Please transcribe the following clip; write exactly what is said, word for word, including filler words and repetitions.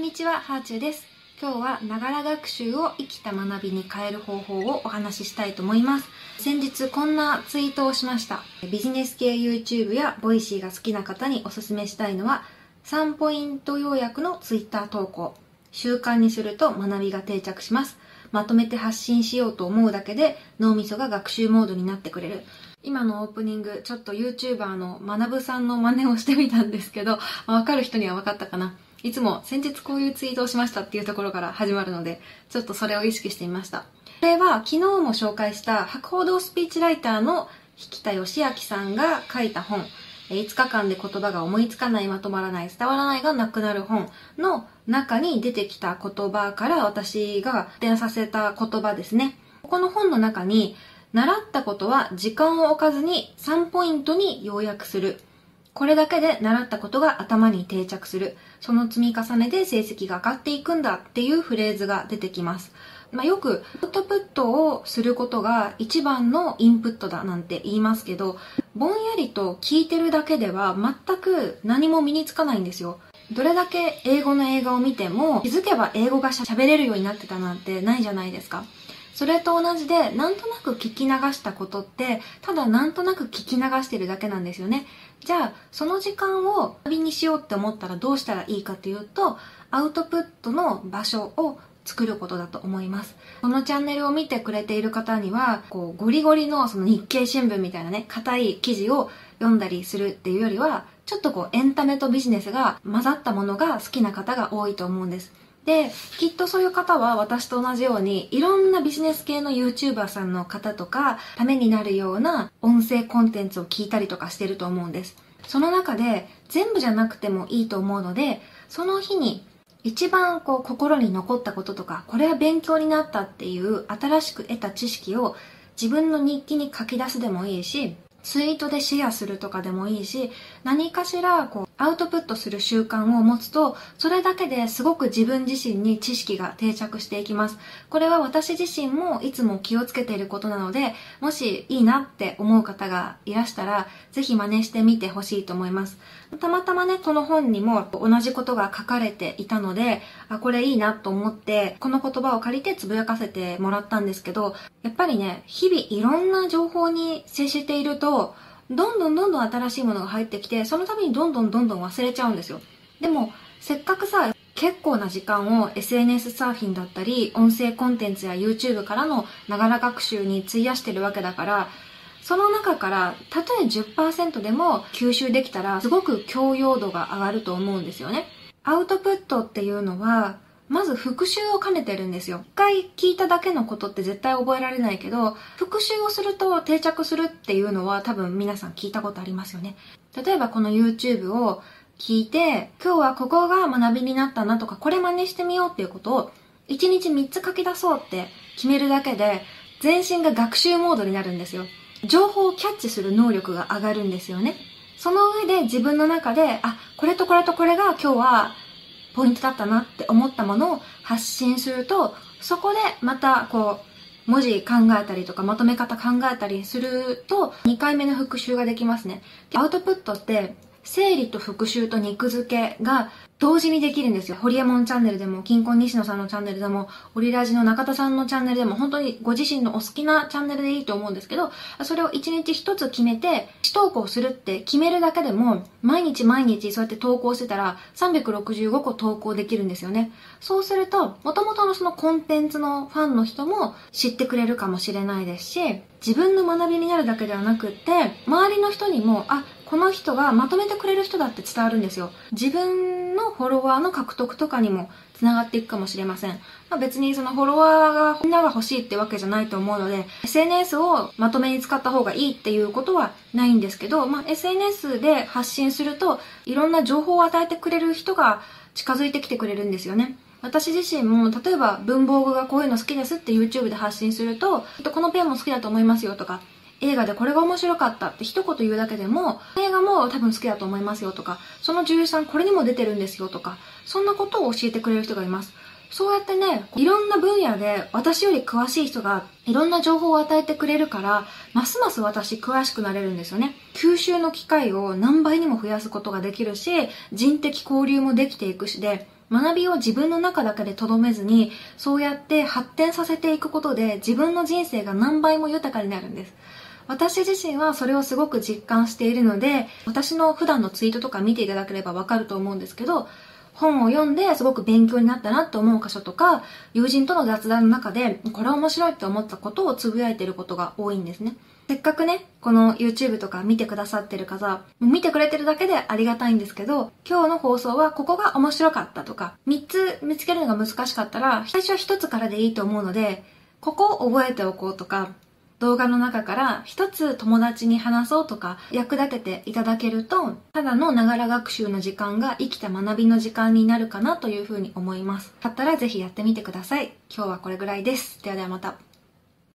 にちは、ハーチューです。今日はながら学習を生きた学びに変える方法をお話ししたいと思います。先日こんなツイートをしました。ビジネス系 YouTube や ボイシー が好きな方におすすめしたいのはさんポイント要約の Twitter 投稿。習慣にすると学びが定着します。まとめて発信しようと思うだけで脳みそが学習モードになってくれる。今のオープニング、ちょっと YouTuber の学さんの真似をしてみたんですけど、わかる人にはわかったかな。いつも先日こういうツイートをしましたっていうところから始まるので、ちょっとそれを意識してみました。これは昨日も紹介した博報堂スピーチライターの引田義明さんが書いた本、いつかかんで言葉が思いつかない、まとまらない、伝わらないがなくなる本の中に出てきた言葉から私が発展させた言葉ですね。この本の中に、習ったことは時間を置かずにさんポイントに要約する。これだけで習ったことが頭に定着する。その積み重ねで成績が上がっていくんだっていうフレーズが出てきます。まあ、よくアウトプットをすることが一番のインプットだなんて言いますけど、ぼんやりと聞いてるだけでは全く何も身につかないんですよ。どれだけ英語の映画を見ても気づけば英語が喋れるようになってたなんてないじゃないですか。それと同じで、なんとなく聞き流したことって、ただなんとなく聞き流してるだけなんですよね。じゃあ、その時間を旅にしようって思ったらどうしたらいいかというと、アウトプットの場所を作ることだと思います。このチャンネルを見てくれている方には、こうゴリゴリのその日経新聞みたいなね、硬い記事を読んだりするっていうよりは、ちょっとこうエンタメとビジネスが混ざったものが好きな方が多いと思うんです。で、きっとそういう方は私と同じようにいろんなビジネス系の YouTuber さんの方とかためになるような音声コンテンツを聞いたりとかしてると思うんです。その中で全部じゃなくてもいいと思うので、その日に一番こう心に残ったこととか、これは勉強になったっていう新しく得た知識を自分の日記に書き出すでもいいし、ツイートでシェアするとかでもいいし、何かしらこうアウトプットする習慣を持つと、それだけですごく自分自身に知識が定着していきます。これは私自身もいつも気をつけていることなので、もしいいなって思う方がいらしたら、ぜひ真似してみてほしいと思います。たまたまね、この本にも同じことが書かれていたので、あ、これいいなと思って、この言葉を借りてつぶやかせてもらったんですけど、やっぱりね、日々いろんな情報に接していると、どんどんどんどん新しいものが入ってきて、その度にどんどんどんどん忘れちゃうんですよ。でも、せっかくさ、結構な時間を エスエヌエス サーフィンだったり、音声コンテンツや YouTube からのながら学習に費やしてるわけだから、その中から、たとえ じゅっパーセント でも吸収できたら、すごく教養度が上がると思うんですよね。アウトプットっていうのは、まず復習を兼ねてるんですよ。一回聞いただけのことって絶対覚えられないけど、復習をすると定着するっていうのは多分皆さん聞いたことありますよね。例えばこの YouTube を聞いて、今日はここが学びになったなとか、これ真似してみようっていうことをいちにちみっつ書き出そうって決めるだけで、全身が学習モードになるんですよ。情報をキャッチする能力が上がるんですよね。その上で自分の中で、あ、これとこれとこれが今日はポイントだったなって思ったものを発信すると、そこでまたこう文字考えたりとかまとめ方考えたりするとにかいめの復習ができますね。アウトプットって整理と復習と肉付けが同時にできるんですよ。ホリエモンチャンネルでも、金婚西野さんのチャンネルでも、オリラジの中田さんのチャンネルでも、本当にご自身のお好きなチャンネルでいいと思うんですけど、それを一日一つ決めて、一投稿するって決めるだけでも、毎日毎日そうやって投稿してたら、さんびゃくろくじゅうごこ投稿できるんですよね。そうすると、元々のそのコンテンツのファンの人も知ってくれるかもしれないですし、自分の学びになるだけではなくって、周りの人にも、あ、この人がまとめてくれる人だって伝わるんですよ。自分のフォロワーの獲得とかにもつながっていくかもしれません。まあ、別にそのフォロワーがみんなが欲しいってわけじゃないと思うので、エスエヌエス をまとめに使った方がいいっていうことはないんですけど、まあ、エスエヌエス で発信するといろんな情報を与えてくれる人が近づいてきてくれるんですよね。私自身も例えば文房具がこういうの好きですって YouTube で発信すると、このペンも好きだと思いますよとか、映画でこれが面白かったって一言言うだけでも、映画も多分好きだと思いますよとか、その女優さんこれにも出てるんですよとか、そんなことを教えてくれる人がいます。そうやってね、いろんな分野で私より詳しい人がいろんな情報を与えてくれるから、ますます私詳しくなれるんですよね。吸収の機会を何倍にも増やすことができるし、人的交流もできていくしで、 学びを自分の中だけで留めずに、そうやって発展させていくことで自分の人生が何倍も豊かになるんです。私自身はそれをすごく実感しているので、私の普段のツイートとか見ていただければわかると思うんですけど、本を読んですごく勉強になったなって思う箇所とか、友人との雑談の中でこれ面白いって思ったことをつぶやいていることが多いんですね。せっかくね、この YouTube とか見てくださってる方、見てくれてるだけでありがたいんですけど、今日の放送はここが面白かったとか、みっつ見つけるのが難しかったら、最初はひとつからでいいと思うので、ここを覚えておこうとか、動画の中から一つ友達に話そうとか役立てていただけると、ただのながら学習の時間が生きた学びの時間になるかなというふうに思います。だったらぜひやってみてください。今日はこれぐらいです。ではではまた。